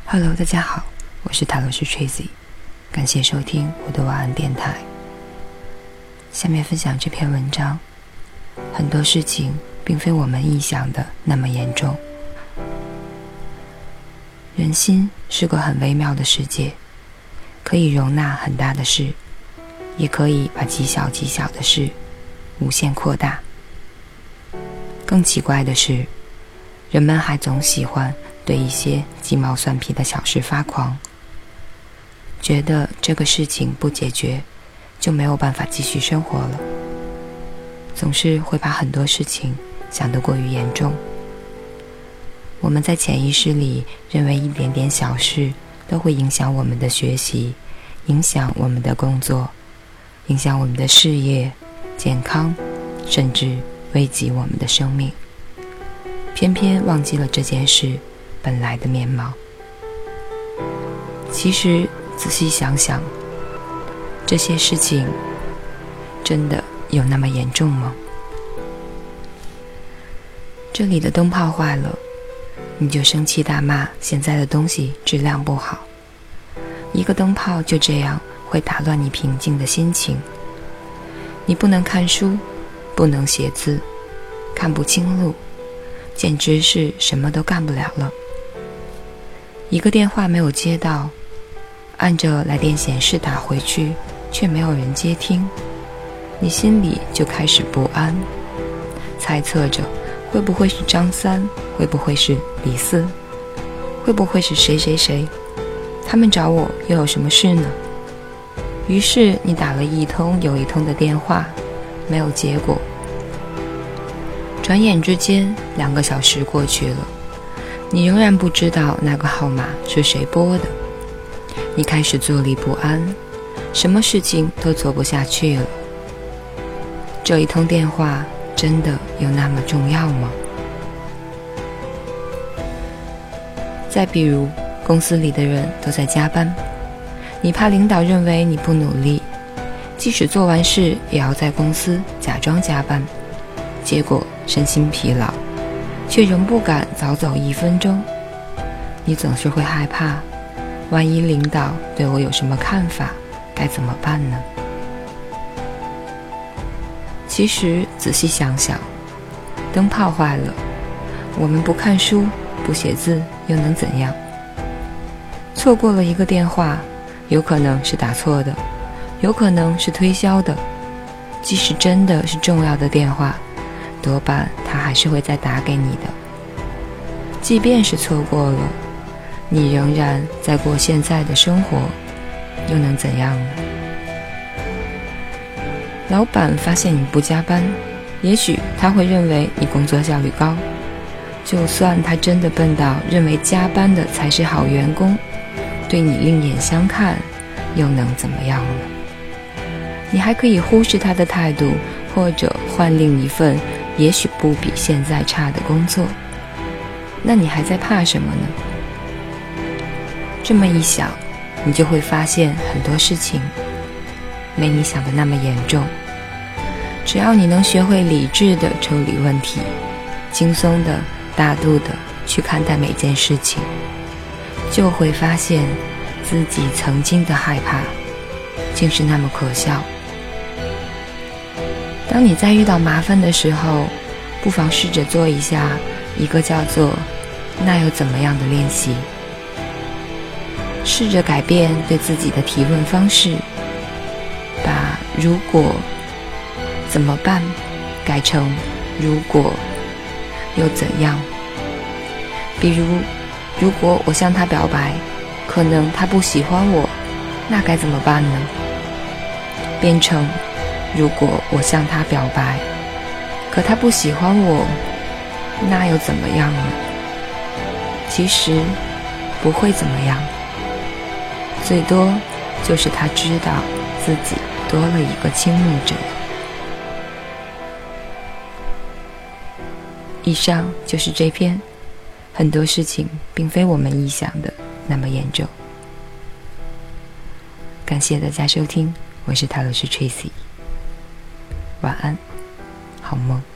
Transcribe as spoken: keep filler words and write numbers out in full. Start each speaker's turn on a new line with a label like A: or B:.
A: Hello， 大家好，我是塔罗师 Tracy， 感谢收听我的晚安电台。下面分享这篇文章，很多事情并非我们臆想的那么严重。人心是个很微妙的世界，可以容纳很大的事，也可以把极小极小的事无限扩大。更奇怪的是，人们还总喜欢对一些鸡毛蒜皮的小事发狂，觉得这个事情不解决就没有办法继续生活了，总是会把很多事情想得过于严重。我们在潜意识里认为一点点小事都会影响我们的学习，影响我们的工作，影响我们的事业、健康，甚至危及我们的生命，偏偏忘记了这件事本来的面貌。其实仔细想想，这些事情真的有那么严重吗？这里的灯泡坏了，你就生气大骂现在的东西质量不好，一个灯泡就这样会打乱你平静的心情。你不能看书，不能写字，看不清路，简直是什么都干不了了。一个电话没有接到，按着来电显示打回去，却没有人接听，你心里就开始不安，猜测着会不会是张三，会不会是李四，会不会是谁谁谁，他们找我又有什么事呢？于是你打了一通又一通的电话，没有结果。转眼之间两个小时过去了，你仍然不知道那个号码是谁拨的，你开始坐立不安，什么事情都做不下去了。这一通电话真的有那么重要吗？再比如，公司里的人都在加班，你怕领导认为你不努力，即使做完事也要在公司假装加班，结果身心疲劳，却仍不敢早走一分钟。你总是会害怕，万一领导对我有什么看法，该怎么办呢？其实仔细想想，灯泡坏了，我们不看书不写字又能怎样？错过了一个电话，有可能是打错的，有可能是推销的，即使真的是重要的电话，多半他还是会再打给你的。即便是错过了，你仍然在过现在的生活，又能怎样呢？老板发现你不加班，也许他会认为你工作效率高，就算他真的笨到认为加班的才是好员工，对你另眼相看，又能怎么样呢？你还可以忽视他的态度，或者换另一份也许不比现在差的工作，那你还在怕什么呢？这么一想，你就会发现很多事情没你想的那么严重。只要你能学会理智的处理问题，轻松的大度的去看待每件事情，就会发现自己曾经的害怕竟是那么可笑。当你在遇到麻烦的时候，不妨试着做一下一个叫做那又怎么样的练习，试着改变对自己的提问方式，把如果怎么办改成如果又怎样。比如，如果我向他表白，可能他不喜欢我，那该怎么办呢？变成如果我向他表白，可他不喜欢我，那又怎么样呢？其实不会怎么样，最多就是他知道自己多了一个倾慕者。以上就是这篇，很多事情并非我们臆想的那么严重。感谢大家收听，我是塔罗师 Tracy， 晚安，好梦。